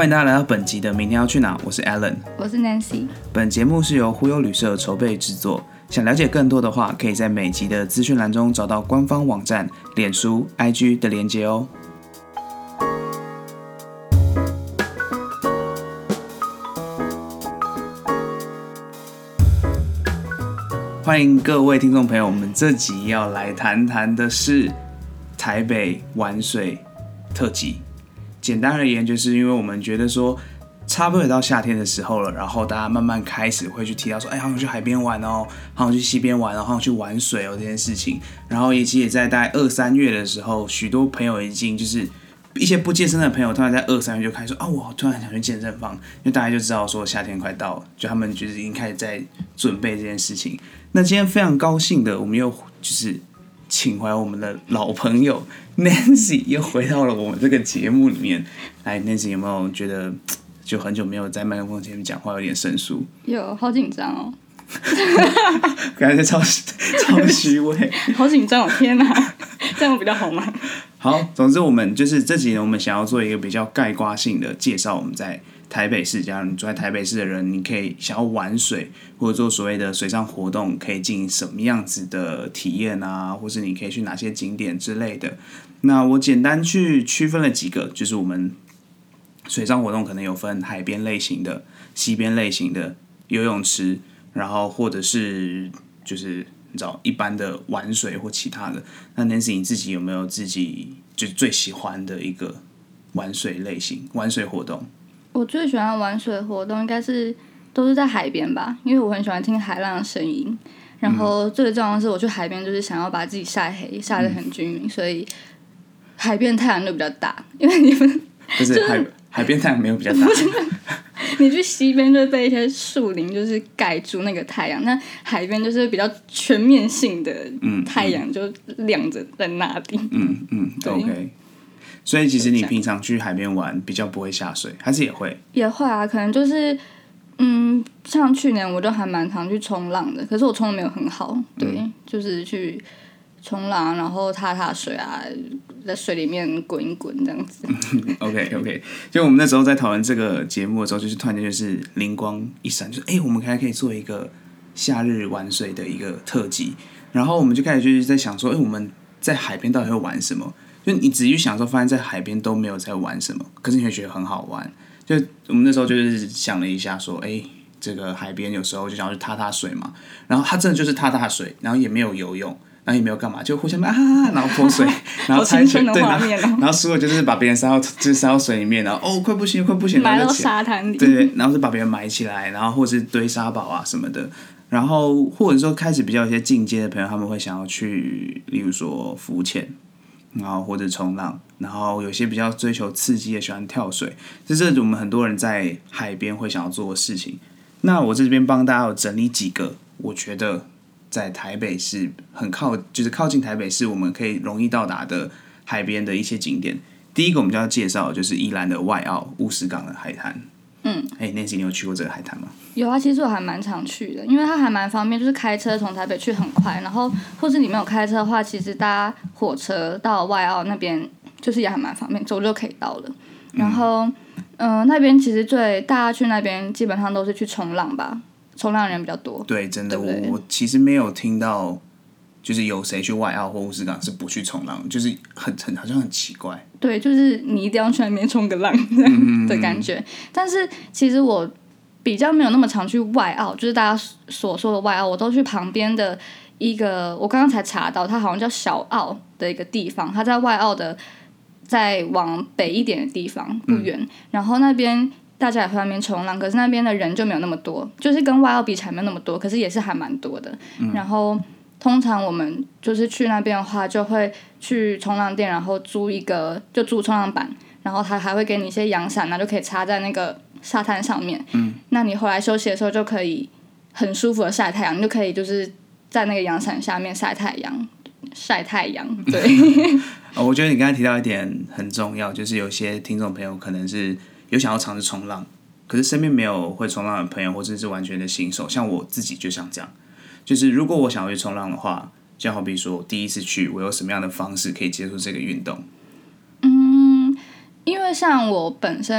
迎大家来到本集的明天要去哪，我是 Alan， 我是 Nancy。 本节目是由忽悠旅社筹备制作，想了解更多的话，可以在每集的资讯栏中找到官方网站、脸书、IG 的连结哦。欢迎各位听众朋友，我们这集要来谈谈的是台北玩水特辑。简单而言，就是因为我们觉得说，差不多到夏天的时候了，然后大家慢慢开始会去提到说，好想去海边玩哦，好想去溪边玩哦，好想去玩水哦这件事情。然后也在大概2、3月的时候，许多朋友已经就是一些不健身的朋友，突然在2、3月就开始说，我突然想去健身房，因为大家就知道说夏天快到了，就他们就是已经开始在准备这件事情。那今天非常高兴的，我们又就是请回来我们的老朋友 Nancy 又回到了我们这个节目里面。来 ，Nancy 有没有觉得就很久没有在麦克风前面讲话，有点生疏？ 有，好紧张哦！ 感觉超虚伪， 好紧张哦！天哪，这样比较好吗？ 好，总之我们就是这集呢，我们想要做一个比较概括性的介绍，我们在台北市，假如你住在台北市的人，你可以想要玩水或者做所谓的水上活动，可以进行什么样子的体验啊，或是你可以去哪些景点之类的。那我简单去区分了几个，就是我们水上活动可能有分海边类型的、溪边类型的、游泳池，然后或者是就是你知道一般的玩水或其他的。那 Nancy 你自己有没有自己就是最喜欢的一个玩水类型、玩水活动？ 我最喜欢玩水活动应该是都是在海边吧，因为我很喜欢听海浪的声音。然后最重要的是，我去海边就是想要把自己晒黑，晒得很均匀，所以海边太阳就比较大。因为你们不是海边太阳没有比较大， 你去溪边就会被一些树林就是盖住那个太阳，那海边就是比较全面性的太阳就亮着在那里。 OK。所以其实你平常去海边玩比较不会下水，还是也会？也会啊，可能就是像去年我就还蛮常去冲浪的，可是我冲的没有很好，对，就是去冲浪，然后踏水啊，在水里面滚一滚这样子。 OK， 就我们那时候在讨论这个节目的时候，就是突然间就是灵光一闪，就是我们还可以做一个夏日玩水的一个特辑，然后我们就开始就是在想说，我们在海边到底会玩什么？就你仔细想的时候，发现在海边都没有在玩什么，可是你会觉得很好玩。就我们那时候就是想了一下说，这个海边有时候就想要去踏水嘛，然后它真的就是踏水，然后也没有游泳，然后也没有干嘛，就互相然后泼水，然后猜拳，对，然后输了就是把别人塞到水里面，然后快不行， 埋到沙滩里， 对，然后是把别人埋起来，然后或是堆沙堡啊什么的。然后或者说开始比较一些进阶的朋友，他们会想要去，例如说浮潜。然后或者冲浪，然后有些比较追求刺激的喜欢跳水，这是我们很多人在海边会想要做的事情。那我这边帮大家有整理几个，我觉得在台北市就是靠近台北市，我们可以容易到达的海边的一些景点。第一个我们就要介绍的就是宜兰的外澳乌石港的海滩。Nancy 你有去过这个海滩吗？ 有啊，其实我还蛮常去的，因为它还蛮方便，就是开车从台北去很快，然后或是你没有开车的话，其实搭火车到外澳那边就是也还蛮方便，走就可以到了。然后那边其实大家去那边基本上都是去冲浪吧，冲浪人比较多。 对，真的， 对对， 我其实没有听到就是有谁去外澳或乌石港是不去冲浪，就是好像很奇怪。 对，就是你一定要去那边冲个浪的感觉。但是其实我比较没有那么常去外澳，就是大家所说的外澳，我都去旁边的一个，我刚刚才查到，它好像叫小澳的一个地方，它在外澳的再往北一点的地方不远，然后那边大家也会在那边冲浪，可是那边的人就没有那么多，就是跟外澳比起来没有那么多，可是也是还蛮多的。然后通常我们就是去那边的话，就会去冲浪店，然后租冲浪板，然后他还会给你一些阳伞，就可以插在那个沙滩上面。那你回来休息的时候就可以很舒服的晒太阳，你就可以就是在那个阳伞下面晒太阳。对。 我觉得你刚才提到一点很重要，就是有些听众朋友可能是有想要尝试冲浪，可是身边没有会冲浪的朋友，或者是完全的新手，像我自己就像这样。就是如果我想要去冲浪的话，就好比说我第一次去，我有什么样的方式可以接触这个运动？ 因为像我本身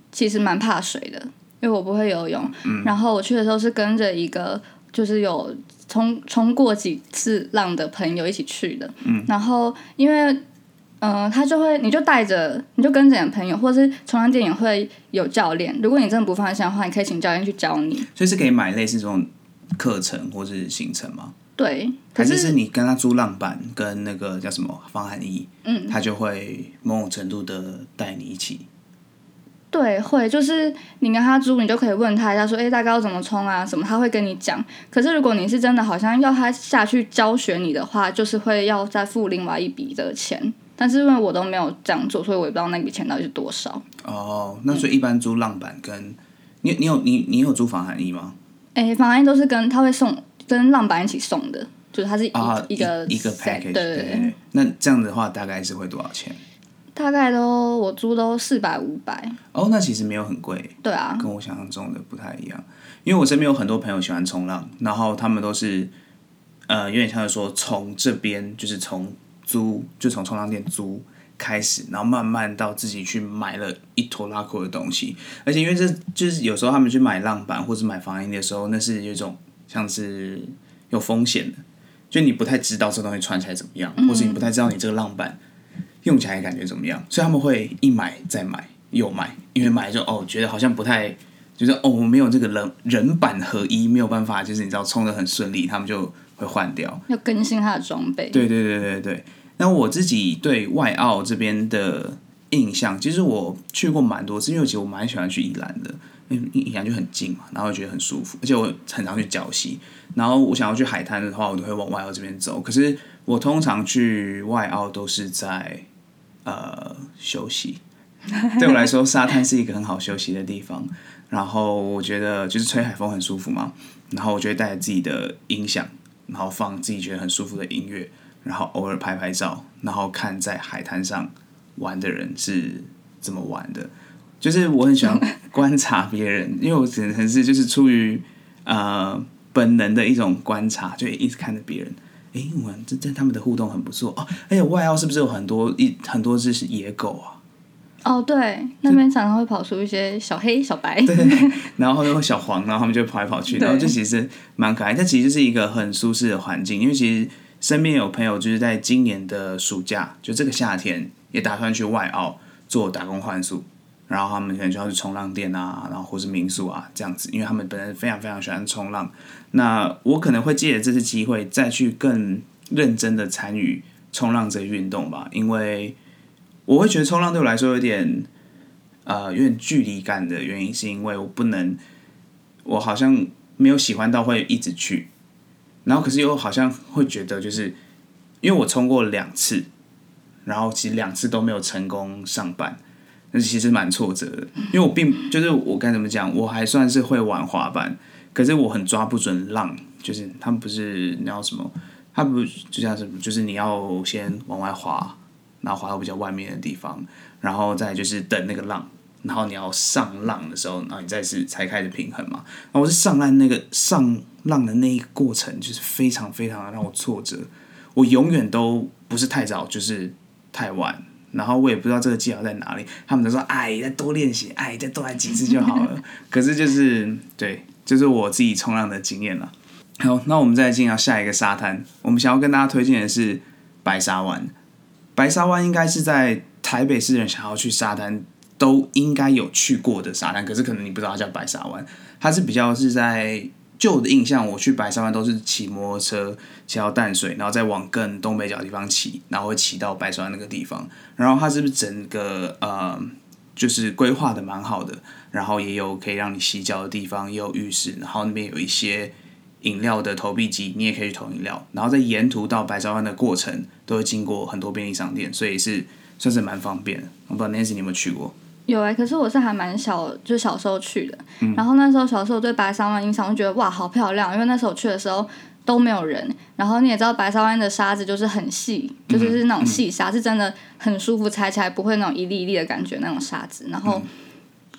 其实蛮怕水的，因为我不会游泳。然后我去的时候是跟着一个就是有冲过几次浪的朋友一起去的。然后因为他就会，你就跟着你的朋友，或是冲浪店也会有教练。如果你真的不放心的话，你可以请教练去教你。 所以是可以买类似这种课程或是行程吗？ 对， 还是你跟他租浪板跟那个叫什么防寒衣，他就会某种程度的带你一起。 对，会，就是你跟他租，你就可以问他一下说，大概要怎么冲啊什么，他会跟你讲。可是如果你是真的好像要他下去教学你的话，就是会要再付另外一笔的钱。但是因为我都没有这样做，所以我也不知道那笔钱到底是多少。 哦，那所以一般租浪板跟你有租防寒衣吗？ 防寒衣都是他会送跟浪板一起送的，就是它是一个 package。 对。 那这样的话大概是会多少钱？ 大概我租都400-500。 哦，那其实没有很贵。 对啊， 跟我想象中的不太一样。因为我身边有很多朋友喜欢冲浪，然后他们都是有点像是说从这边就是从冲浪店租开始，然后慢慢到自己去买了一拖拉库的东西。而且因为这就是有时候他们去买浪板或者买防寒衣的时候，那是有一种像是有风险的，就你不太知道这东西穿起来怎么样，或是你不太知道你这个浪板用起来感觉怎么样，所以他们会一买再买又买，因为买就觉得好像不太，就是我没有这个人板合一，没有办法，就是你知道冲得很顺利，他们就会换掉， 要更新他的装备。 对。那我自己对外澳这边的印象，其实我去过蛮多次，因为其实我蛮喜欢去宜兰的，因为宜兰就很近嘛，然后觉得很舒服，而且我很常去礁溪，然后我想要去海滩的话，我都会往外澳这边走。可是我通常去外澳都是在休息，对我来说沙滩是一个很好休息的地方，然后我觉得就是吹海风很舒服嘛，然后我就会带着自己的音响，然后放自己觉得很舒服的音乐，然后偶尔拍拍照，然后看在海滩上玩的人是怎么玩的。就是我很喜欢观察别人，因为我可能是就是出于本能的一种观察，就一直看着别人。我这他们的互动很不错哦，而且外澳是不是有很多只是野狗啊？ 哦，对，那边常常会跑出一些小黑、小白， 对，然后有小黄，然后他们就跑来跑去，然后就其实蛮可爱。但其实就是一个很舒适的环境，因为其实身边有朋友就是在今年的暑假，就这个夏天也打算去外澳做打工换宿，然后他们可能就要去冲浪店啊，然后或是民宿啊这样子，因为他们本身非常非常喜欢冲浪。那我可能会借着这次机会再去更认真的参与冲浪这个运动吧，因为我会觉得冲浪对我来说有点距离感的原因，是因为我好像没有喜欢到会一直去，然后可是又好像会觉得就是因为我冲过2次，然后其实2次都没有成功上板，那其实蛮挫折的，因为我就是我该怎么讲，我还算是会玩滑板，可是我很抓不准浪，就是他们不是你要什么，他不就像什么，就是你要先往外滑，然后滑到比较外面的地方，然后再就是等那个浪，然后你要上浪的时候，然后你才开始平衡嘛。然后我是上浪的那一个过程，就是非常非常的让我挫折，我永远都不是太早，就是太晚。然后我也不知道这个技巧在哪里，他们都说再多练习，再多来几次就好了。可是就是对，就是我自己冲浪的经验了。好，那我们再进到下一个沙滩，我们想要跟大家推荐的是白沙湾。白沙湾应该是在台北市人想要去沙滩都应该有去过的沙滩，可是可能你不知道它叫白沙湾，它是比较是在旧的印象，我去白沙湾都是骑摩托车骑到淡水，然后再往更东北角的地方骑，然后会骑到白沙湾那个地方。然后它是不是整个就是规划的蛮好的，然后也有可以让你洗脚的地方，也有浴室，然后那边有一些饮料的投币机，你也可以去投饮料。然后在沿途到白沙湾的过程，都会经过很多便利商店，所以算是蛮方便的。我不知道 Nancy 你有没有去过？ 有可是我是还蛮就是小时候去的。然后那时候小时候对白沙湾印象，我觉得哇好漂亮，因为那时候我去的时候都没有人。然后你也知道白沙湾的沙子就是很细，就是那种细沙，是真的很舒服，踩起来不会那种一粒一粒的感觉那种沙子。然后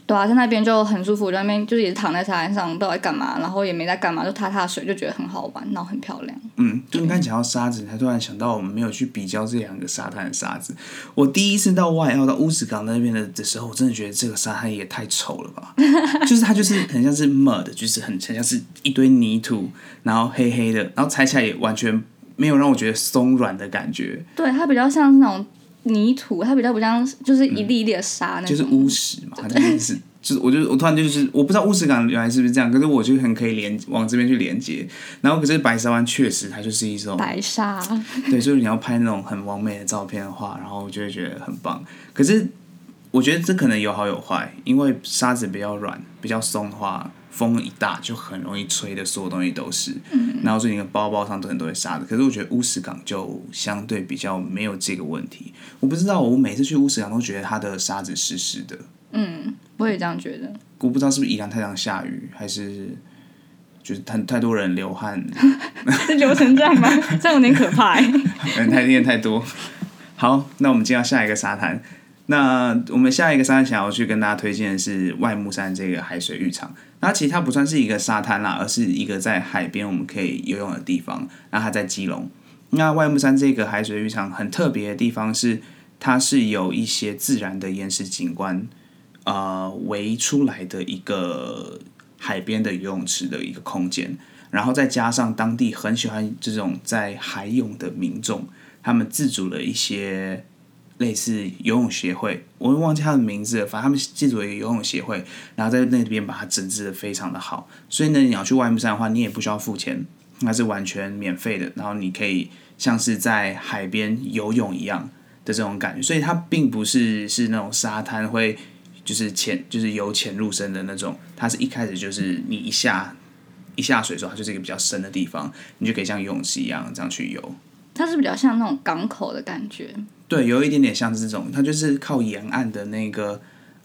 对啊，在那边就很舒服，在那边就是也是躺在沙滩上，不知道在干嘛，然后也没在干嘛，就踏踏水，就觉得很好玩，然后很漂亮。 就你刚才讲到沙子，才突然想到我们没有去比较这两个沙滩的沙子。我第一次到外澳到乌石港那边的时候，我真的觉得这个沙滩也太丑了吧！就是它就是很像是 mud， 就是很像是一堆泥土，然后黑黑的，然后踩起来也完全没有让我觉得松软的感觉。 对，它比较像是那种泥土，它比较不像就是一粒粒的沙那种。 就是乌石嘛，它就是我突然就是我不知道乌石港原来是不是这样，可是我就很可以往这边去连接。然后可是白沙湾确实它就是一种白沙， 对，所以你要拍那种很完美的照片的话，然后我就会觉得很棒。可是我觉得这可能有好有坏，因为沙子比较软、比较松的话，风一大就很容易吹的所有东西都是。然后所以你的包包上都很多沙子。可是我觉得乌石港就相对比较没有这个问题。我不知道，我每次去乌石港都觉得它的沙子湿湿的。 我也这样觉得。 我不知道是不是宜兰太常下雨，还是就是太多人流汗， 是流成这样吗？这样有点可怕哎。 人太多。好，那我们进到下一个沙滩。那我们下一个沙滩想要去跟大家推荐的是外木山这个海水浴场。那其实它不算是一个沙滩啦，而是一个在海边我们可以游泳的地方。那它在基隆。那外木山这个海水浴场很特别的地方是，它是有一些自然的岩石景观。围出来的一个海边的游泳池的一个空间，然后再加上当地很喜欢这种在海泳的民众，他们自主了一些类似游泳协会，我忘记他的名字了，反正他们自主了一个游泳协会，然后在那边把它整治的非常的好，所以呢，你要去外木山的话，你也不需要付钱，它是完全免费的，然后你可以像是在海边游泳一样的这种感觉，所以它并不是那种沙滩会。就是由浅入深的那种，它是一开始就是你一下水的时候，它就是一个比较深的地方，你就可以像游泳池一样这样去游。 它是比较像那种港口的感觉。 对，有一点点像这种，它就是靠沿岸的那个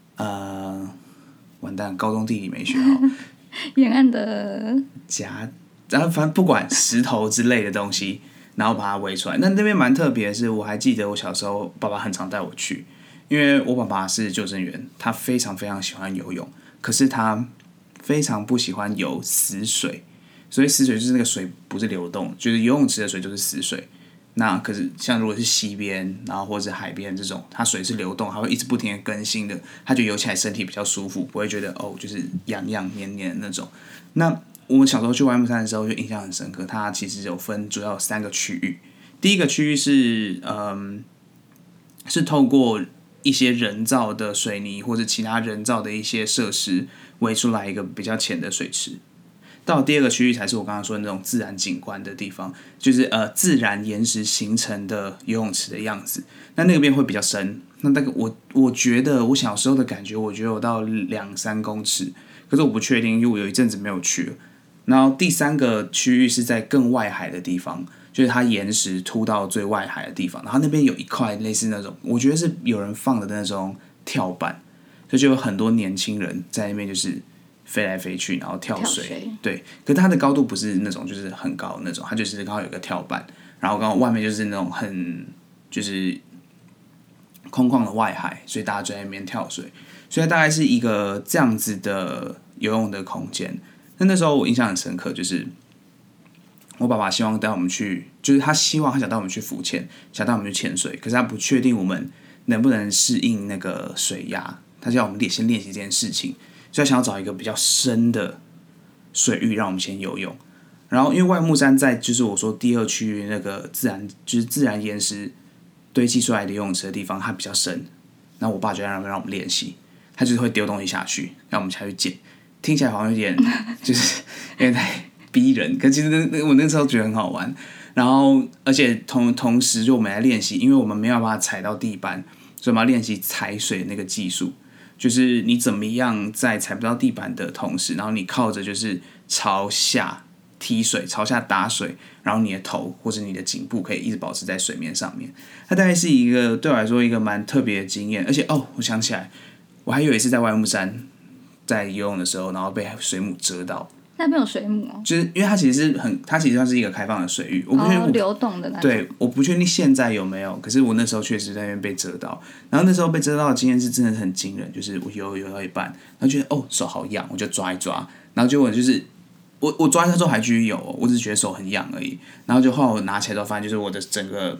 完蛋，高中地理没学好。 沿岸的然后反正不管石头之类的东西，然后把它围出来。那边蛮特别的是，我还记得我小时候爸爸很常带我去。因为我爸爸是救生员，他非常非常喜欢游泳，可是他非常不喜欢游死水。所以死水就是那个水不是流动，就是游泳池的水就是死水。那可是像如果是溪边，然后或者是海边这种，它水是流动，它会一直不停的更新的，他就游起来身体比较舒服，不会觉得就是痒痒黏黏的那种。那我们小时候去外木山的时候就印象很深刻，它其实有分主要有3个区域。第一个区域是透过一些人造的水泥或者其他人造的一些设施围出来一个比较浅的水池。到第2个区域才是我刚刚说的那种自然景观的地方，就是自然岩石形成的游泳池的样子。那个边会比较深，那个我觉得我小时候的感觉，我觉得有到2-3公尺，可是我不确定，因为我有一阵子没有去了。然后第3个区域是在更外海的地方。就是它岩石凸到最外海的地方，然后那边有一块类似那种，我觉得是有人放的那种跳板，所以就有很多年轻人在那边就是飞来飞去，然后跳水。对，可是它的高度不是那种就是很高的那种，它就是刚好有个跳板，然后刚好外面就是那种很就是空旷的外海，所以大家就在那边跳水，所以大概是一个这样子的游泳的空间。那时候我印象很深刻，就是我爸爸希望带我们去，就是他想带我们去浮潜，想带我们去潜水，可是他不确定我们能不能适应那个水压，他叫我们先练习这件事情，所以他想要找一个比较深的水域让我们先游泳。然后因为外木山在就是我说第2区域那个自然岩石堆积出来的游泳池的地方，它比较深，然后我爸就让我们练习，他就是会丢东西下去，让我们下去捡，听起来好像有点就是有点太逼人，可其实我那时候觉得很好玩。然后而且同时就我们来练习，因为我们没有办法踩到地板，所以我们要练习踩水那个技术，就是你怎么样在踩不到地板的同时，然后你靠着就是朝下踢水，朝下打水，然后你的头或者你的颈部可以一直保持在水面上面。它大概是一个对我来说一个蛮特别的经验。而且我想起来，我还有一次在外木山在游泳的时候，然后被水母蛰到， 那边有水母哦， 就是因为它其实算是一个开放的水域，我不确定流动的那种。 对，我不确定现在有没有，可是我那时候确实在那边被蛰到，然后那时候被蛰到的经验是真的很惊人，就是我游到一半，然后觉得手好痒，我就抓一抓，然后结果就是我抓一下之后还继续游，我只是觉得手很痒而已，然后就后来我拿起来之后发现，就是我的整个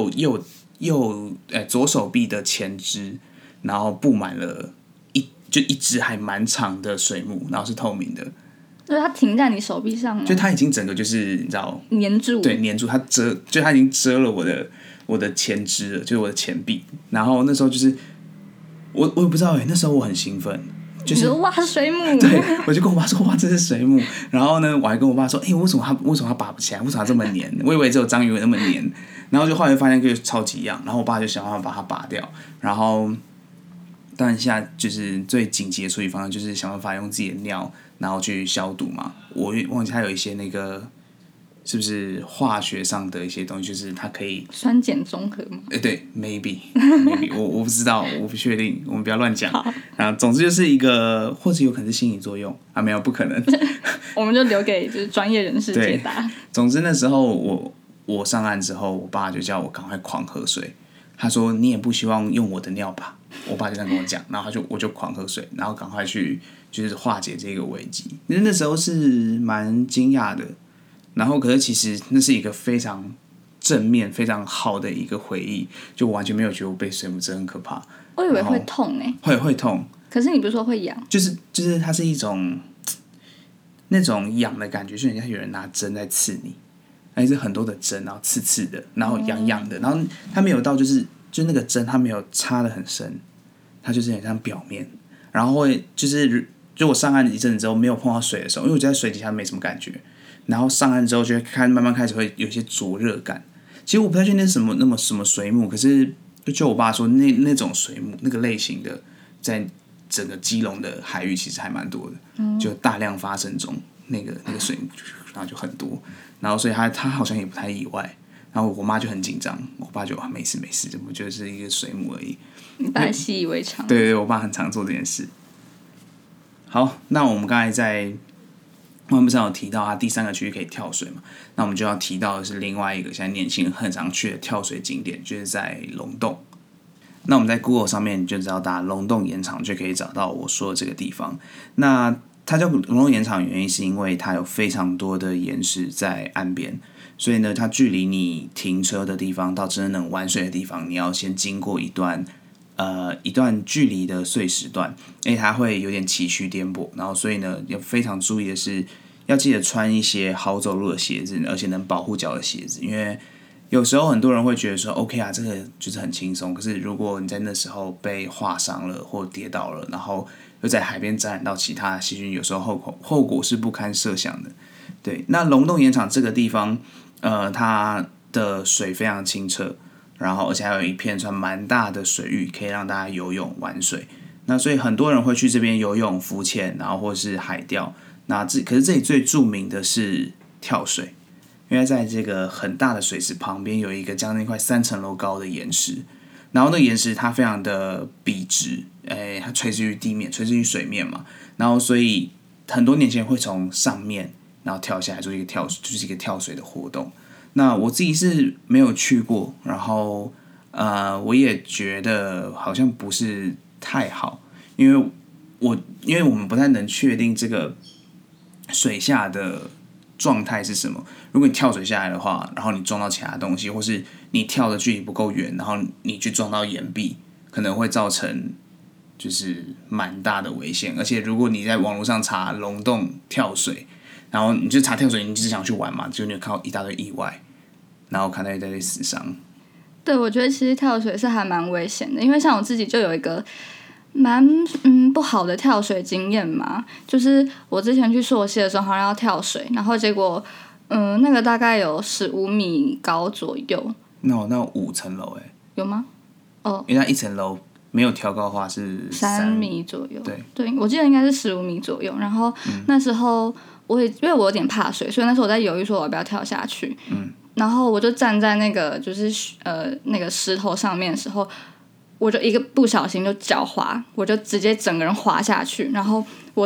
左手臂的前肢，然后布满了一只还蛮长的水母，然后是透明的。 就是它停在你手臂上吗？ 就它已经整个就是你知道粘住， 对，粘住它它已经遮了我的前肢了，就是我的前臂。然后那时候就是我也不知道那时候我很兴奋，就是哇水母， 对，我就跟我爸说哇这是水母。然后呢，我还跟我爸说为什么它拔不起来？为什么它这么黏？我以为只有章鱼那么黏。然后就后来发现就超级痒，然后我爸就想办法把它拔掉。然后当然现在就是最紧急的处理方案就是想办法用自己的尿。然后去消毒嘛，我忘记它有一些那个是不是化学上的一些东西，就是它可以酸碱中和吗？ 对 maybe 我不知道，我不确定，我们不要乱讲。然后总之就是一个，或者有可能是心理作用啊，没有不可能， 我们就留给就是专业人士解答。 总之那时候我上岸之后，我爸就叫我赶快狂喝水，他说你也不希望用我的尿吧？我爸就这样跟我讲，然后我就狂喝水，然后赶快去就是化解这个危机。因为那时候是蛮惊讶的，然后可是其实那是一个非常正面、非常好的一个回忆，就我完全没有觉得我被水母蛰很可怕。 我以为会痛会痛。 可是你不是说会痒？ 就是它是一种那种痒的感觉，就很像有人拿针在刺你，还是很多的针，然后刺刺的，然后痒痒的，然后它没有到就那个针它没有插得很深，它就是很像表面，然后会就我上岸一阵子之后没有碰到水的时候，因为我觉得在水底下没什么感觉，然后上岸之后就会慢慢开始会有一些灼热感。其实我不太确定是什么水母，可是就我爸说那种水母那个类型的，在整个基隆的海域其实还蛮多的，就大量发生中那个水母，然后就很多，然后所以他好像也不太意外。然后我妈就很紧张，我爸就没事，我觉得是一个水母而已。 你爸习以为常。 对，我爸很常做这件事。好，那我们刚才在我们不是有提到它第3个区域可以跳水嘛？那我们就要提到的是另外一个现在年轻人很常去的跳水景点，就是在龙洞。那我们在 Google 上面就只要打龙洞盐场就可以找到我说的这个地方。那它叫龙洞盐场的原因是因为它有非常多的岩石在岸边，所以呢，它距离你停车的地方到真正能玩水的地方，你要先经过一段距离的碎石段，因为它会有点崎岖颠簸，然后所以呢，要非常注意的是，要记得穿一些好走路的鞋子，而且能保护脚的鞋子，因为有时候很多人会觉得说 OK 啊，这个就是很轻松，可是如果你在那时候被划伤了或跌倒了，然后又在海边沾染到其他细菌，有时候后果是不堪设想的。对，那龙洞盐场这个地方，它的水非常清澈，然后而且还有一片算蛮大的水域，可以让大家游泳玩水。那所以很多人会去这边游泳、浮潜，然后或是海钓。那可是这里最著名的是跳水，因为在这个很大的水池旁边有一个将近快3层楼高的岩石，然后那个岩石它非常的笔直，它垂直于地面，垂直于水面嘛，然后所以很多年轻人会从上面然后跳下来做就是一个跳水的活动。那我自己是没有去过，然后我也觉得好像不是太好，因为我们不太能确定这个水下的状态是什么。如果你跳水下来的话，然后你撞到其他东西，或是你跳的距离不够远，然后你去撞到岩壁，可能会造成就是蛮大的危险。而且如果你在网络上查龙洞跳水，然后你就查跳水，你只想去玩嘛，结果你有看到一大堆意外，然后看到一大堆死伤。 对，我觉得其实跳水是还蛮危险的，因为像我自己就有一个蛮不好的跳水经验嘛，就是我之前去溯溪的时候好像要跳水，然后结果那个大概有15米高左右。 那5层楼有吗？哦， 因为它1层楼没有调高的话是 3米左右。 对， 我记得应该是15米左右。然后那时候因为我有点怕水，所以那时候我在犹豫说我要不要跳下去。然后我就站在那个就是那个石头上面的时候，我就一个不小心就脚滑，我就直接整个人滑下去。然后我是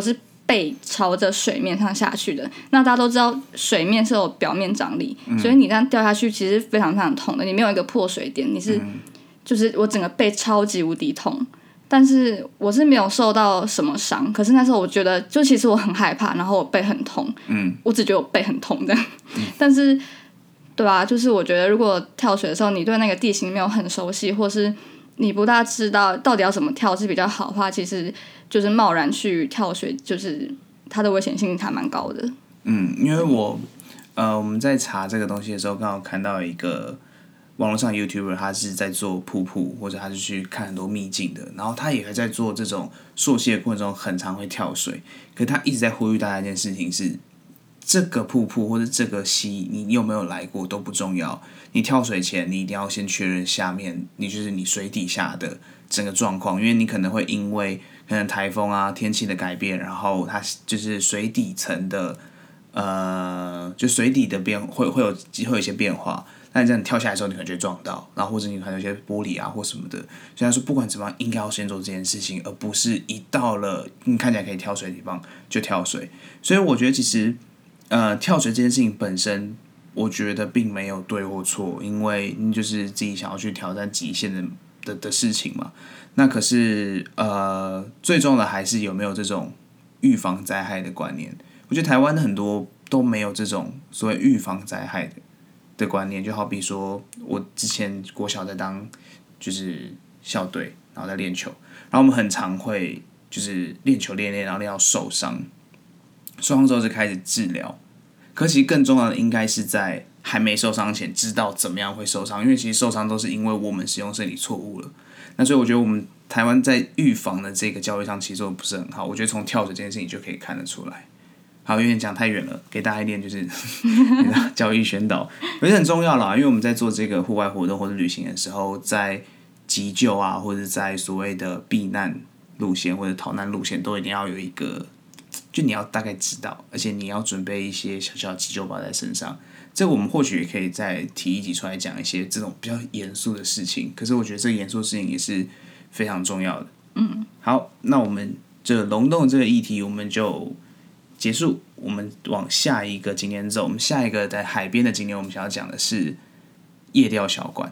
背朝着水面上下去的。那大家都知道水面是有表面张力，所以你这样掉下去其实非常非常痛的。你没有一个破水点，你是就是我整个背超级无敌痛。但是我是没有受到什么伤，可是那时候我觉得就其实我很害怕，然后我背很痛，我只觉得我背很痛的，但是对啊，就是我觉得如果跳水的时候你对那个地形没有很熟悉，或是你不大知道到底要怎么跳是比较好的话，其实就是贸然去跳水，就是它的危险性还蛮高的。 因为我们在查这个东西的时候，刚好看到一个网络上 YouTuber， 他是在做瀑布，或者他是去看很多秘境的，然后他也会在做这种溯溪的过程中，很常会跳水。可是他一直在呼吁大家一件事情是，这个瀑布或者这个溪，你有没有来过都不重要。你跳水前，你一定要先确认下面，就是你水底下的整个状况，因为你可能会因为可能台风啊、天气的改变，然后它就是水底层的就水底的会有一些变化。那你这样跳下来的时候，你可能就会撞到，然后或者你可能有些玻璃啊或什么的。所以他说，不管怎么样，应该要先做这件事情，而不是一到了你看起来可以跳水的地方就跳水。所以我觉得其实跳水这件事情本身，我觉得并没有对或错，因为你就是自己想要去挑战极限的事情嘛。那可是最重要的还是有没有这种预防灾害的观念。我觉得台湾的很多都没有这种所谓预防灾害的观念，就好比说我之前国小在当就是校队，然后在练球，然后我们很常会就是练球练，然后练到受伤之后就开始治疗。可其实更重要的应该是在还没受伤前知道怎么样会受伤，因为其实受伤都是因为我们使用身体错误了。那所以我觉得我们台湾在预防的这个教育上其实做的不是很好，我觉得从跳水这件事情就可以看得出来。好，有点讲太远了，给大家一点就是教育宣导，我觉得很重要啦。因为我们在做这个户外活动或者旅行的时候，在急救啊，或者在所谓的避难路线或者逃难路线，都一定要有一个，就你要大概知道，而且你要准备一些小小的急救包在身上。这个我们或许也可以再提一集出来讲一些这种比较严肃的事情，可是我觉得这个严肃的事情也是非常重要的。好，那我们这龙洞这个议题我们就结束，我们往下一个景点走。我们下一个在海边的景点，我们想要讲的是夜钓小馆。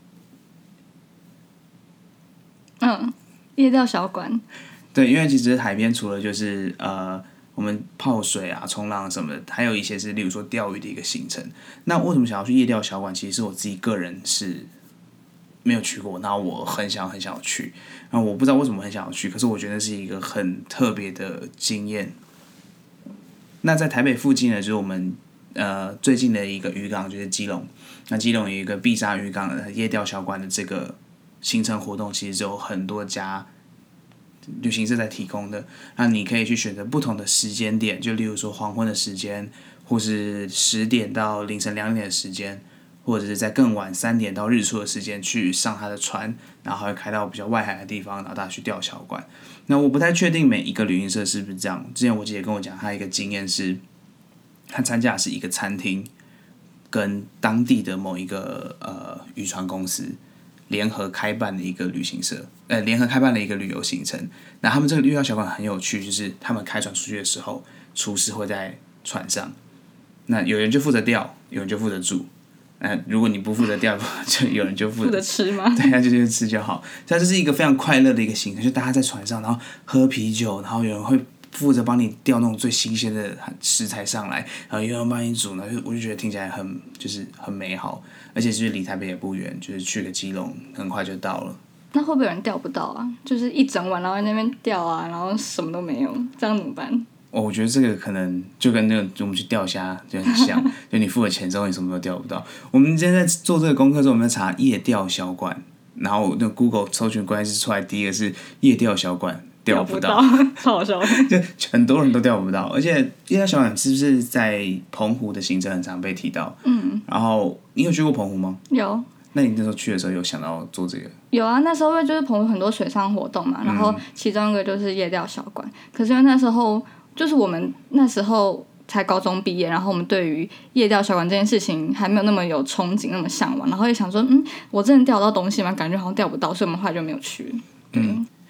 夜钓小馆。 对，因为其实海边除了就是我们泡水啊、冲浪什么的，还有一些是例如说钓鱼的一个行程。那为什么想要去夜钓小馆？其实是我自己个人是没有去过，然后我很想要去，然后我不知道为什么很想要去，可是我觉得是一个很特别的经验。那在台北附近呢，就是我们最近的一个渔港就是基隆。那基隆有一个碧沙渔港的夜钓小馆的这个行程活动，其实有很多家旅行社在提供的。那你可以去选择不同的时间点，就例如说黄昏的时间，或是10点到凌晨2点的时间，或者是在更晚3点到日出的时间去上他的船，然后会开到比较外海的地方，然后大家去钓小馆。那我不太确定每一个旅行社是不是这样。之前我姐跟我讲，她一个经验是，她参加的是一个餐厅跟当地的某一个渔船公司联合开办的一个旅行社，联合开办的一个旅游行程。那他们这个夜钓小馆很有趣，就是他们开船出去的时候，厨师会在船上，那有人就负责钓，有人就负责煮。如果你不负责钓，就有人就负责吃吗？ 对，那就是吃就好。所以这是一个非常快乐的一个行程，就大家在船上，然后喝啤酒，然后有人会负责帮你钓那种最新鲜的食材上来，然后有人帮你煮呢，我就觉得听起来就是很美好，而且就是离台北也不远，就是去个基隆很快就到了。 那会不会有人钓不到啊？就是一整晚然后在那边钓啊，然后什么都没有，这样怎么办？ 我觉得这个可能就跟那个我们去钓虾就很像，就你付了钱之后你什么都钓不到。我们今天在做这个功课的时候，我们在查夜钓小馆，然后那 Google 搜寻关键字出来第一个是夜钓小馆，钓不到， 超好笑的， 就很多人都钓不到。而且夜钓小馆是不是在澎湖的行程很常被提到？然后你有去过澎湖吗？ 有。 那你那时候去的时候有想到做这个？ 有啊，那时候就是澎湖很多水上活动嘛，然后其中一个就是夜钓小馆。可是因为那时候就是我们那时候才高中毕业，然后我们对于夜钓小馆这件事情还没有那么有憧憬，那么向往，然后也想说，我真的钓到东西吗？感觉好像钓不到，所以我们后来就没有去。对。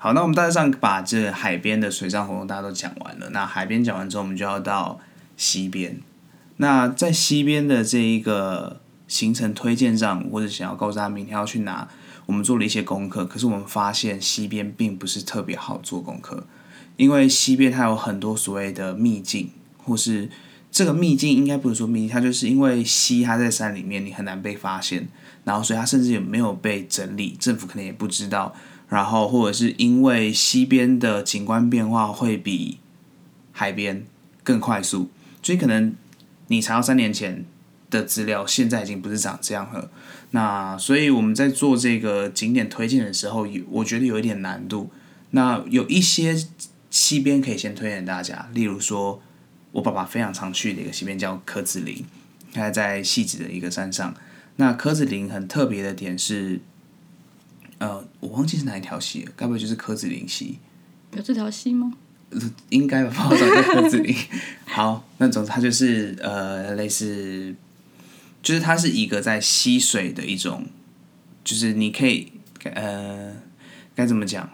好，那我们大致上把这海边的水上活动大家都讲完了。那海边讲完之后，我们就要到西边。那在西边的这一个行程推荐上，或者想要告诉大家明天要去哪，我们做了一些功课。可是我们发现西边并不是特别好做功课，因为西边它有很多所谓的秘境，或是这个秘境应该不是说秘境，它就是因为西它在山里面，你很难被发现，然后所以它甚至也没有被整理，政府可能也不知道。然后或者是因为西边的景观变化会比海边更快速，所以可能你查到3年前的资料，现在已经不是长这样了。那所以我们在做这个景点推荐的时候，我觉得有一点难度。那有一些西边可以先推荐大家，例如说我爸爸非常常去的一个西边叫柯子林，它在汐止的一个山上。那柯子林很特别的点是，我忘记是哪一条溪了，该不会就是柯子林溪？ 有这条溪吗？ 应该吧，不知道在柯子林。好，那总之它就是类似，就是它是一个在溪水的一种，就是你可以该怎么讲？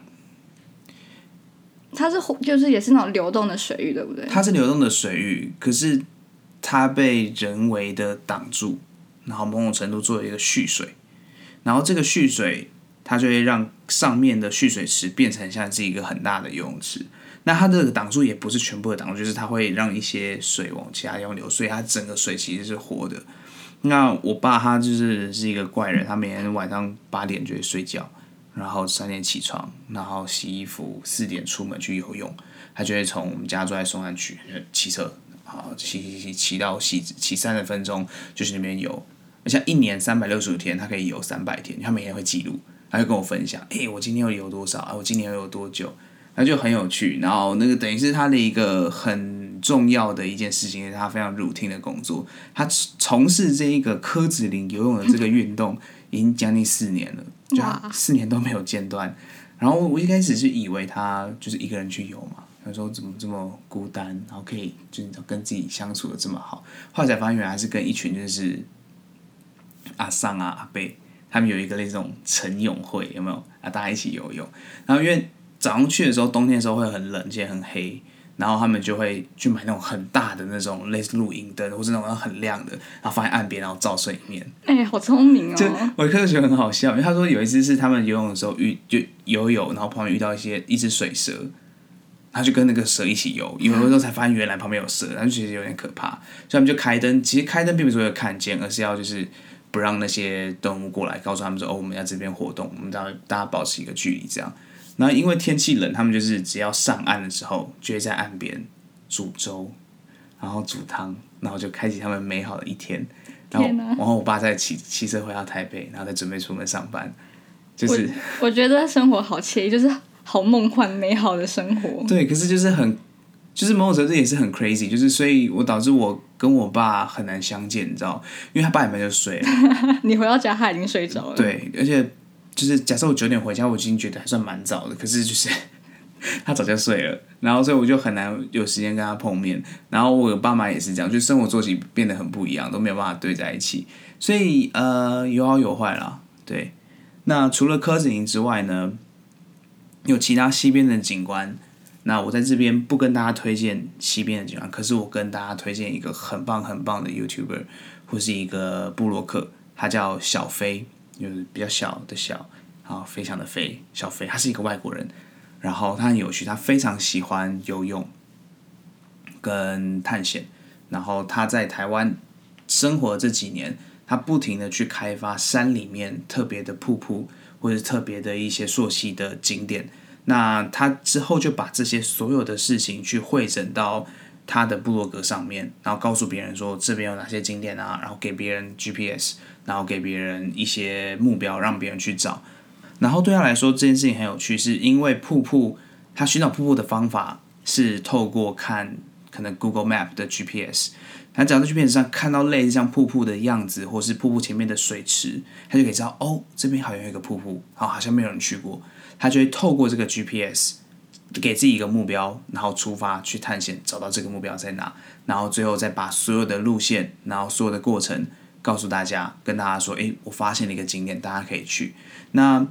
它是就是也是那种流动的水域，对不对？ 它是流动的水域，可是它被人为的挡住，然后某种程度作为一个蓄水，然后这个蓄水它就会让上面的蓄水池变成像是一个很大的游泳池。那它这个挡住也不是全部的挡住，就是它会让一些水往其他地方流，所以它整个水其实是活的。那我爸他是一个怪人，他每天晚上8点就会睡觉，然后3点起床，然后洗衣服，4点出门去游泳。他就会从我们家住在松山区，骑车，骑到汐止，骑30分钟就去那边游。而且1年365天，他可以游300天，他每天会记录，他就跟我分享，我今天又游多少，我今年又游多久，他就很有趣。然后那个等于是他的一个很重要的一件事情，是他非常 routine 的工作。他从事这一个柯子林游泳的这个运动，已经将近4年了，就他4年都没有间断。然后我一开始是以为他就是一个人去游嘛，他说怎么这么孤单，然后可以就是跟自己相处的这么好。后来才发现原来是跟一群就是阿桑啊阿贝，他们有一个那种晨泳会，有没有啊？大家一起游泳。然后因为早上去的时候，冬天的时候会很冷，而且很黑，然后他们就会去买那种很大的那种类似露营灯，或是那种很亮的，然后放在岸边，然后照水里面。 好聪明哦！ 就我一开始觉得很好笑，因为他说有一次是他们游泳的时候就游，然后旁边遇到一只水蛇，他就跟那个蛇一起游，游的时候才发现原来旁边有蛇，他就觉得有点可怕，所以他们就开灯。其实开灯并不是为了看见，而是要就是不让那些动物过来，告诉他们说我们在这边活动，我们大家保持一个距离这样。然后因为天气冷，他们就是只要上岸的时候，就会在岸边煮粥，然后煮汤，然后就开启他们美好的一天。然后我爸再骑车回到台北，然后再准备出门上班。就是我觉得生活好惬意，就是好梦幻美好的生活。 对，可是就是某种程度也是很 crazy， 就是所以导致我跟我爸很难相见，你知道，因为他8点半就睡了。 你回到家他已经睡着了。 对，而且就是假设我9点回家，我已经觉得还算蛮早的，可是就是他早就睡了，然后所以我就很难有时间跟他碰面。然后我爸妈也是这样，就生活作息变得很不一样，都没有办法对在一起。所以有好有坏啦，对。那除了柯子林之外呢，有其他西边的景观。那我在这边不跟大家推荐西边的景观，可是我跟大家推荐一个很棒很棒的 YouTuber 或是一个部落客，他叫小飞，就是比较小的小，然后非常的飞，小飞，他是一个外国人，然后他很有趣，他非常喜欢游泳跟探险，然后他在台湾生活这几年，他不停的去开发山里面特别的瀑布或者特别的一些溯溪的景点。那他之后就把这些所有的事情去汇整到他的部落格上面，然后告诉别人说这边有哪些景点啊，然后给别人 GPS， 然后给别人一些目标让别人去找。然后对他来说这件事情很有趣，是因为瀑布他寻找瀑布的方法是透过看可能 Google Map 的 GPS， 他只要在 GPS 上看到类似像瀑布的样子，或是瀑布前面的水池，他就可以知道这边好像有一个瀑布，好像没有人去过，他就会透过这个 GPS 给自己一个目标，然后出发去探险，找到这个目标在哪，然后最后再把所有的路线，然后所有的过程告诉大家，跟大家说我发现了一个景点，大家可以去。那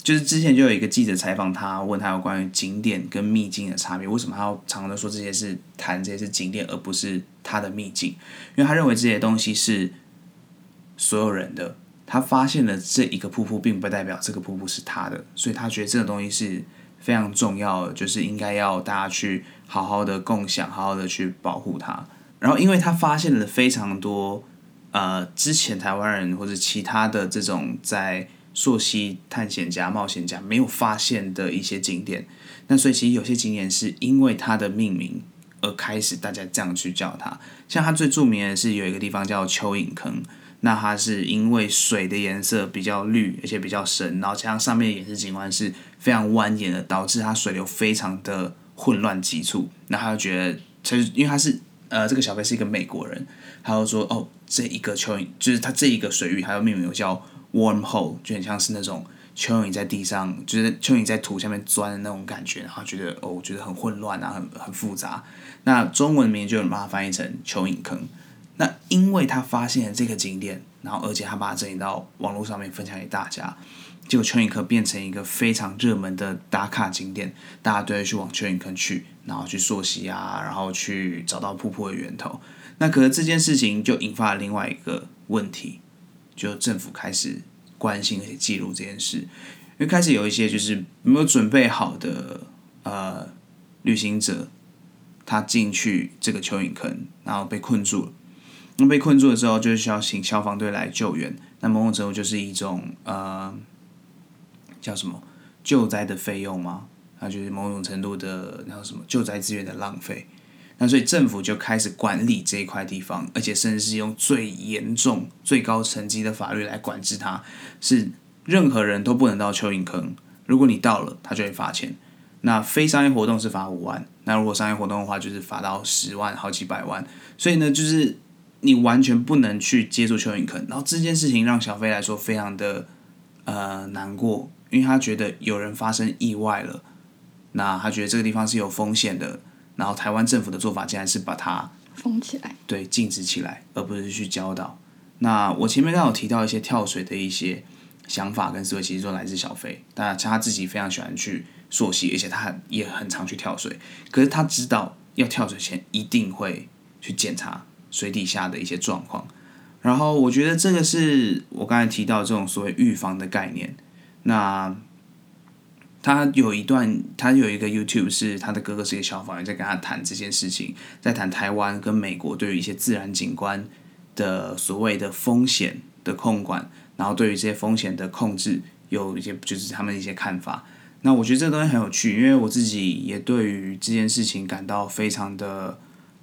就是之前就有一个记者采访他，问他有关于景点跟秘境的差别，为什么他要常常的说这些是景点，而不是他的秘境？因为他认为这些东西是所有人的，他发现了这一个瀑布，并不代表这个瀑布是他的，所以他觉得这个东西是非常重要的，就是应该要大家去好好的共享，好好的去保护它。然后，因为他发现了非常多之前台湾人或者其他的这种在溯溪探险家、冒险家没有发现的一些景点，那所以其实有些景点是因为它的命名而开始大家这样去叫它。像它最著名的是有一个地方叫蚯蚓坑，那它是因为水的颜色比较绿，而且比较深，然后加上上面的岩石景观是非常蜿蜒的，导致它水流非常的混乱急促。那他就觉得，因为他是这个小飞是一个美国人，他就说哦，这一个蚯蚓就是它这一个水域，还有命名叫 wormhole， 就很像是那种蚯蚓在地上，就是蚯蚓在土下面钻的那种感觉，然后觉得我觉得很混乱啊，很复杂。那中文名就有人把它翻译成蚯蚓坑。那因为他发现了这个景点，然后而且他把它整理到网络上面分享给大家，结果蚯蚓坑变成一个非常热门的打卡景点，大家都会去往蚯蚓坑去，然后去溯溪啊，然后去找到瀑布的源头。那可是这件事情就引发了另外一个问题，就政府开始关心而且记录这件事，因为开始有一些就是没有准备好的旅行者，他进去这个蚯蚓坑，然后被困住了。那被困住的时候，就是需要请消防队来救援。那某种程度就是一种叫什么救灾的费用吗？那就是某种程度的那什么救灾资源的浪费。那所以政府就开始管理这一块地方，而且甚至是用最严重、最高层级的法律来管制它，是任何人都不能到蚯蚓坑。如果你到了，他就会罚钱。那非商业活动是罚5万，那如果商业活动的话，就是罚到10万、好几百万。所以呢，就是你完全不能去接触蚯蚓坑。然后这件事情让小飞来说非常的难过，因为他觉得有人发生意外了，那他觉得这个地方是有风险的。然后台湾政府的做法竟然是把它封起来， 对，禁止起来，而不是去教导。那我前面刚有提到一些跳水的一些想法跟思维，其实都来自小飞。当然，他自己非常喜欢去溯溪，而且他也很常去跳水。可是他知道要跳水前一定会去检查水底下的一些状况。然后我觉得这个是我刚才提到这种所谓预防的概念。那他有一个 YouTube 是他的哥哥是一个消防员，在跟他谈这件事情，在谈台湾跟美国对于一些自然景观的所谓的风险的控管，然后对于这些风险的控制有一些就是他们一些看法。那我觉得这个东西很有趣，因为我自己也对于这件事情感到非常的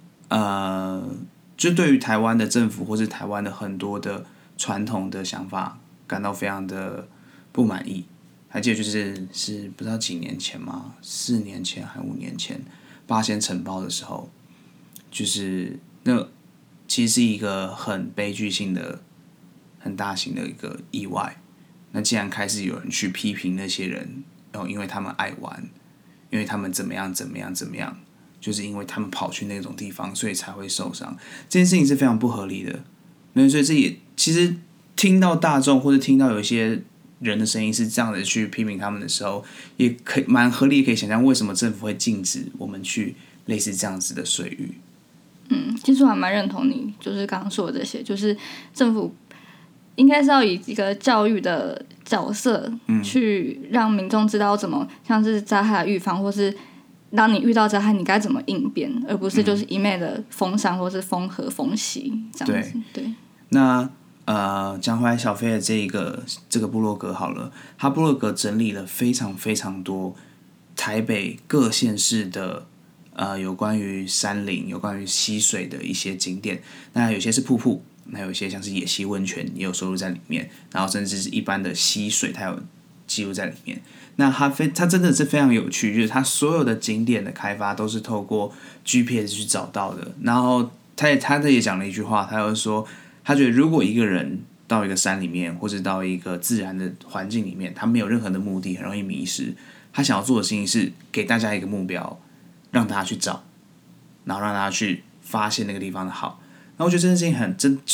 就对于台湾的政府或是台湾的很多的传统的想法感到非常的不满意。还记得是不知道几年前吗？4年前还5年前，八仙城堡的时候，就是那其实是一个很悲剧性的、很大型的一个意外。那既然开始有人去批评那些人，然后因为他们爱玩，因为他们怎么样，就是因为他们跑去那种地方，所以才会受伤。这件事情是非常不合理的。那所以这也其实听到大众或者听到有一些人的声音是这样的去批评他们的时候，也可以蛮合理，可以想象为什么政府会禁止我们去类似这样子的水域。 其实我还蛮认同你，就是刚刚说的这些，就是政府应该是要以一个教育的角色，去让民众知道怎么像是灾害预防，或是当你遇到灾害你该怎么应变，而不是就是一昧的封山或是封河封溪这样子。对。 那讲回来小飞的这个部落格好了，他部落格整理了非常非常多台北各县市的有关于山林、有关于溪水的一些景点。那有些是瀑布，那有些像是野溪温泉也有收录在里面，然后甚至是一般的溪水，它有记录在里面。那它真的是非常有趣，就是它所有的景点的开发都是透过 GPS 去找到的。然后他也讲了一句话，他就说，他觉得如果一个人到一个山里面，或者到一个自然的环境里面，他没有任何的目的，很容易迷失。他想要做的事情是给大家一个目标，让大家去找，然后让大家去发现那个地方的好。然后我觉得这件事情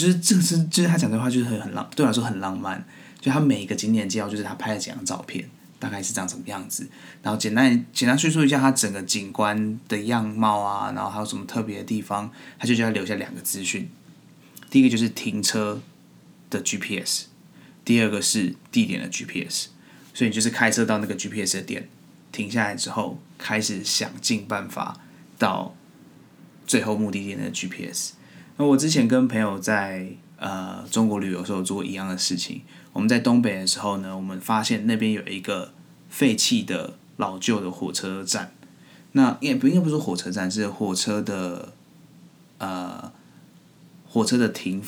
就是他讲的话就是对我来说很浪漫。就他每一个景点介绍，就是他拍了几张照片， 大概是长什么样子，然后简单叙述一下它整个景观的样貌啊，然后还有什么特别的地方，他就要留下2个资讯。第一个就是停车的 GPS， 第二个是地点的 GPS。所以你就是开车到那个 GPS 的点，停下来之后，开始想尽办法到最后目的地的 GPS。那我之前跟朋友在中国旅游的时候做过一样的事情。我们在东北的时候呢，我们发现那边有一个废弃的老旧的火车站。那应该不是说火车站，是火车的停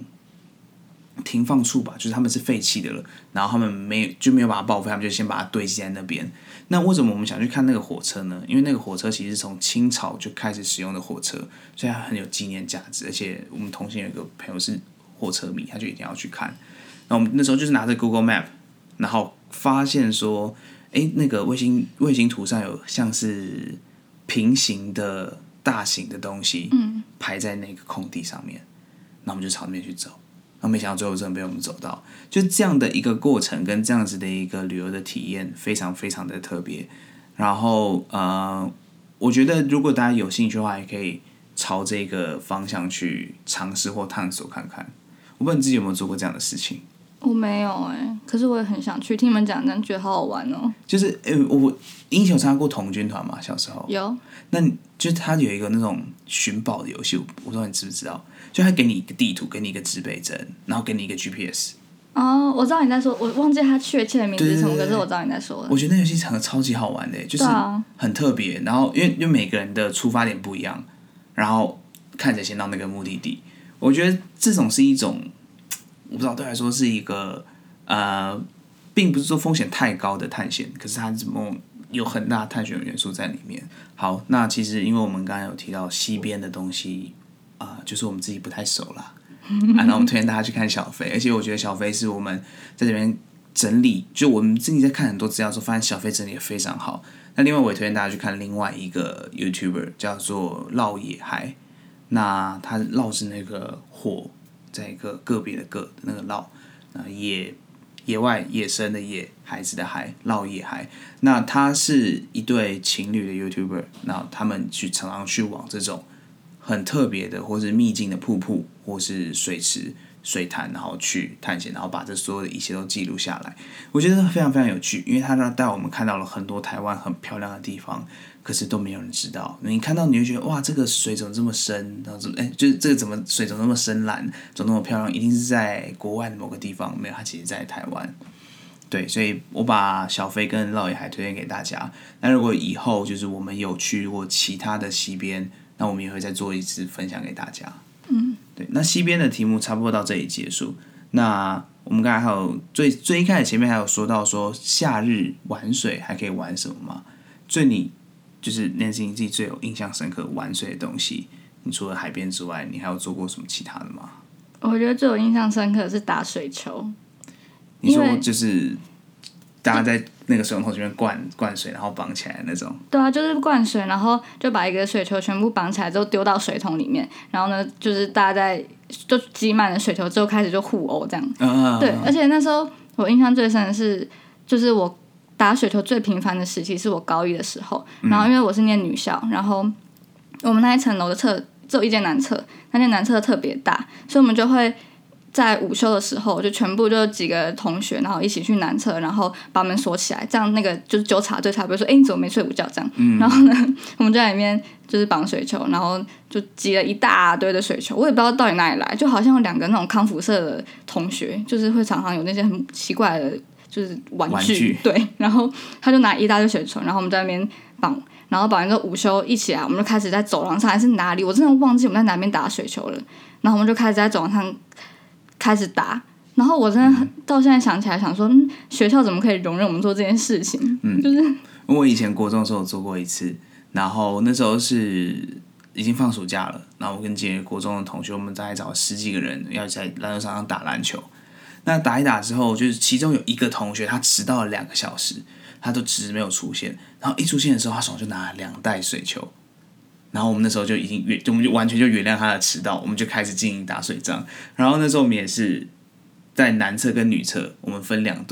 放处吧，就是他们是废弃的了，然后他们没有把它报废，他们就先把它堆积在那边。那为什么我们想去看那个火车呢？因为那个火车其实是从清朝就开始使用的火车，所以它很有纪念价值。而且我们同行有一个朋友是火车迷，他就一定要去看。那我们那时候就是拿着 Google Map， 然后发现说，那个卫星图上有像是平行的大型的东西，排在那个空地上面，那我们就朝那边去走。然后没想到最后真的被我们走到，就这样的一个过程跟这样子的一个旅游的体验，非常非常的特别。然后我觉得如果大家有兴趣的话，也可以朝这个方向去尝试或探索看看。我不知道你自己有没有做过这样的事情？ 我没有可是我也很想去，听你们讲，真觉得好好玩哦。 就是我英雄参加过童军团嘛，小时候有。 那就是他有一个那种寻宝的游戏，我不知道你知不知道？就他给你一个地图，给你一个指北针，然后给你一个 GPS。 哦，我知道你在说，我忘记他确切的名字是什么， 对， 可是我知道你在说的。 我觉得那游戏超级好玩的，就是很特别。然后因为每个人的出发点不一样，然后看着先到那个目的地。我觉得这种是一种，我不知道对我来说是一个并不是说风险太高的探险，可是它怎么有很大的探险元素在里面。好，那其实因为我们刚才有提到西边的东西就是我们自己不太熟啦。然后我们推荐大家去看小飞，而且我觉得小飞是我们在这边整理，就我们自己在看很多资料的时候，发现小飞整理也非常好。那另外我也推荐大家去看另外一个 YouTuber 叫做烙野孩，那他烙是那个火在一个个别的个的那个烙，野外野生的野，孩子的孩，烙野孩。那他是一对情侣的 YouTuber， 那他们常常去往这种很特别的或是秘境的瀑布或是水池水潭，然后去探险，然后把这所有的一切都记录下来。我觉得非常非常有趣，因为他带我们看到了很多台湾很漂亮的地方，可是都没有人知道。你看到你会觉得哇，这个水怎么这么深，然后就是这个水怎么那么深蓝，怎么那么漂亮，一定是在国外的某个地方，没有，它其实在台湾。对，所以我把小飞跟烙野海推荐给大家。那如果以后就是我们有去过其他的溪边，那我们也会再做一次分享给大家。对，那西边的题目差不多到这里结束。那我们刚才还有最一开始前面还有说到说夏日玩水还可以玩什么吗？所以你就是Nancy你自己最有印象深刻玩水的东西，你除了海边之外，你还有做过什么其他的吗？ 我觉得最有印象深刻的是打水球。 你说就是大家在那个水龙头前面灌水，然后绑起来那种。 对啊，就是灌水，然后就把一个水球全部绑起来之后丢到水桶里面，然后呢，就是大家就积满了水球之后开始就互殴这样。对，而且那时候我印象最深的是，就是我打水球最频繁的时期是我高一的时候，然后因为我是念女校，然后我们那一层楼的厕只有一间男厕，那间男厕特别大，所以我们就会在午休的时候，就全部就几个同学，然后一起去男厕，然后把门锁起来，这样那个就是纠察队才不会说，你怎么没睡午觉这样。然后呢，我们就在里面就是绑水球，然后就积了一大堆的水球，我也不知道到底哪里来，就好像有2个那种康复社的同学，就是会常常有那些很奇怪的，就是玩具，对，然后他就拿一大堆水球，然后我们在那边绑。然后绑完之后午休一起来，我们就开始在走廊上还是哪里，我真的忘记我们在哪边打水球了。然后我们就开始在走廊上开始打，然后我真的到现在想起来想说，学校怎么可以容忍我们做这件事情？就是我以前国中的时候有做过一次，然后那时候是已经放暑假了，然后我跟几个国中的同学，我们大概找10几个人要在篮球场上打篮球。那打一打之后，就是其中有一个同学他迟到了2个小时，他都迟迟没有出现，然后一出现的时候，他手上就拿了2袋水球。然后我们那时候就已经我们就完全就原谅他的迟到，我们就开始进行打水仗。然后那时候我们也是在男厕跟女厕，我们分2队，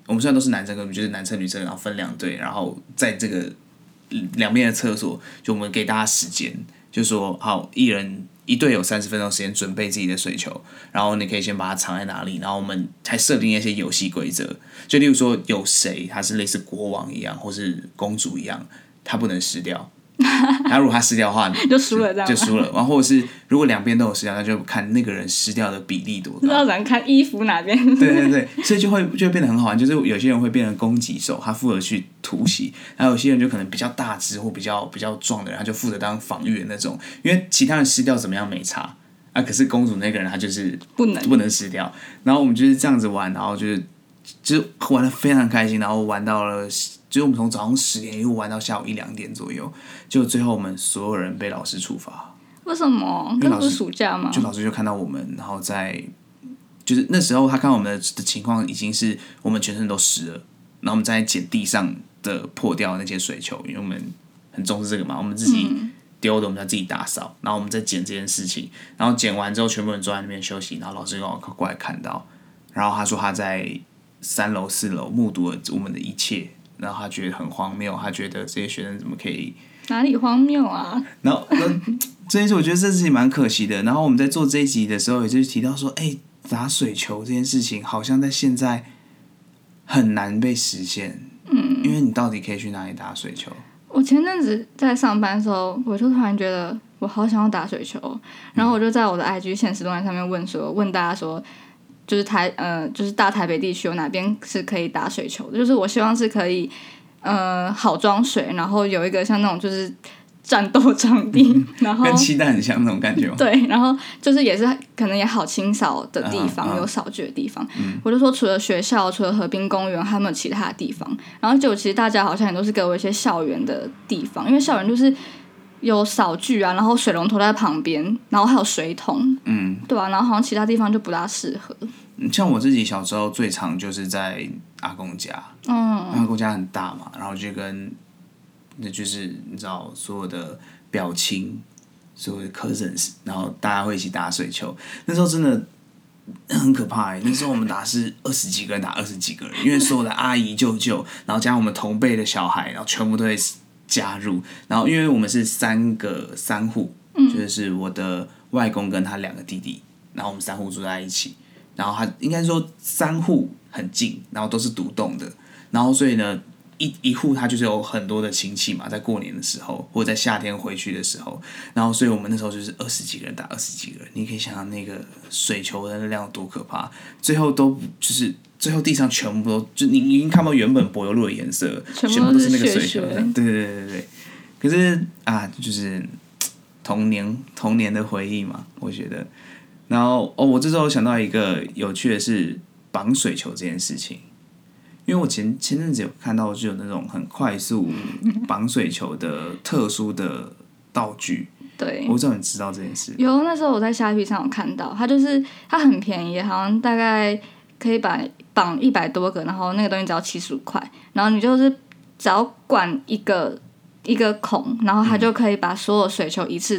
我们虽然都是男生，可我们就是男生女生，然后分2队，然后在这个两边的厕所，就我们给大家时间，就说好，一队有30分钟时间准备自己的水球，然后你可以先把它藏在哪里，然后我们还设定一些游戏规则，就例如说有谁他是类似国王一样，或是公主一样，他不能湿掉。然后如果他湿掉的话， 就输了，这样就输了。然后或者是如果两边都有湿掉，那就看那个人湿掉的比例多高。 要咱看衣服哪边。 对，所以就会变得很好玩。就是有些人会变成攻击手，他负责去突袭；然后有些人就可能比较大只或比较壮的人，他就负责当防御的那种。因为其他人湿掉怎么样没差啊，可是公主那个人他就是不能湿掉。然后我们就是这样子玩，然后就是玩得非常开心，然后玩到了。就是我们从早上10点一路玩到下午1、2点左右，结果最后我们所有人被老师处罚。 为什么？那不是暑假吗？ 就老师就看到我们，然后就是那时候他看我们的情况已经是我们全身都湿了，然后我们在捡地上的破掉那些水球，因为我们很重视这个嘛，我们自己丢的我们要自己打扫，然后我们再捡这件事情，然后捡完之后全部人坐在那边休息，然后老师刚好过来看到，然后他说他在3楼4楼目睹了我们的一切。然后他觉得很荒谬，他觉得这些学生怎么可以？ 哪里荒谬啊？ 然后这件事我觉得这事情蛮可惜的。然后我们在做这一集的时候，也就是提到说，打水球这件事情好像在现在很难被实现。因为你到底可以去哪里打水球？ 我前阵子在上班的时候，我就突然觉得我好想要打水球，然后我就在我的 IG 限时动态上面问大家说。就是就是大台北地区有哪边是可以打水球的？就是我希望是可以，好装水，然后有一个像那种就是战斗场地，然后跟期待很像那种感觉吗？ 对，然后就是也是可能也好清扫的地方，有扫具的地方。我就说除了学校，除了河滨公园，还有没有其他的地方？然后结果其实大家好像也都是给我一些校园的地方，因为校园就是有扫具啊，然后水龙头在旁边，然后还有水桶，对吧？然后好像其他地方就不大适合。 像我自己小时候最常就是在阿公家，阿公家很大嘛，然后就跟那就是你知道所有的表亲，所有的 cousins， 然后大家会一起打水球。那时候真的很可怕那时候我们打是20几个人打20几个人，因为所有的阿姨舅舅，然后加上我们同辈的小孩，然后全部都会加入。然后因为我们是3户，就是我的外公跟他2个弟弟，然后我们3户住在一起。然后他应该说3户很近，然后都是独栋的，然后所以呢，一户他就是有很多的亲戚嘛，在过年的时候或者在夏天回去的时候，然后所以我们那时候就是20几个人打20几个人，你可以想象那个水球的量有多可怕，最后地上全部都就你已经看不到原本柏油路的颜色，全部都是那个水球，对。可是就是童年的回忆嘛，我觉得。然后我这时候想到一个有趣的是绑水球这件事情，因为我前阵子有看到就有那种很快速绑水球的特殊的道具，对，我不知道你知道这件事。 有，那时候我在虾皮上有看到，它很便宜，好像大概可以绑100多个，然后那个东西只要75块，然后你就是只要灌一个孔，然后它就可以把所有水球一次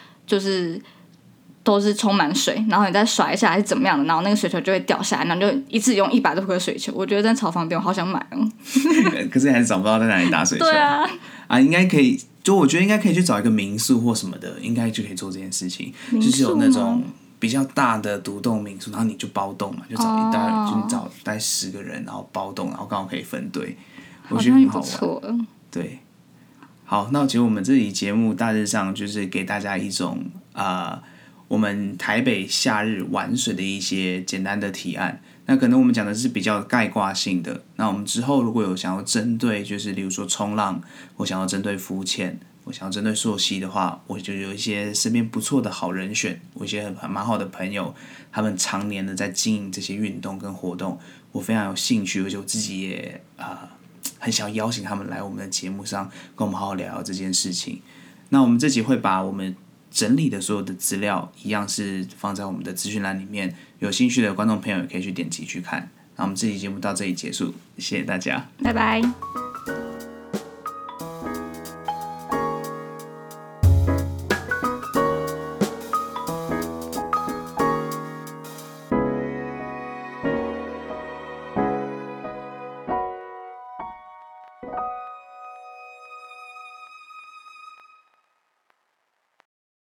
都是充满水，然后你再甩一下还是怎么样的，然后那个水球就会掉下来，然后就一次用100多颗水球，我觉得真的超方便，我好想买哦。 可是还是找不到在哪里打水球。 对啊， 应该可以，就我觉得应该可以去找一个民宿或什么的，应该就可以做这件事情。就是有那种比较大的独栋民宿，然后你就包栋嘛，就找就你找大概10个人，然后包栋，然后刚好可以分队，我觉得很好玩。 好像对，好，那其实我们这期节目大致上就是给大家一种我们台北夏日玩水的一些简单的提案，那可能我们讲的是比较概括性的。那我们之后如果有想要针对，就是例如说冲浪，我想要针对浮潜，我想要针对溯溪的话，我就有一些身边不错的好人选，我一些蛮好的朋友，他们常年的在经营这些运动跟活动，我非常有兴趣，而且我自己也很想邀请他们来我们的节目上跟我们好好聊聊这件事情。那我们这集会把我们整理的所有的资料一样是放在我们的资讯栏里面，有兴趣的观众朋友也可以去点击去看。那我们这期节目到这里结束，谢谢大家， 拜拜。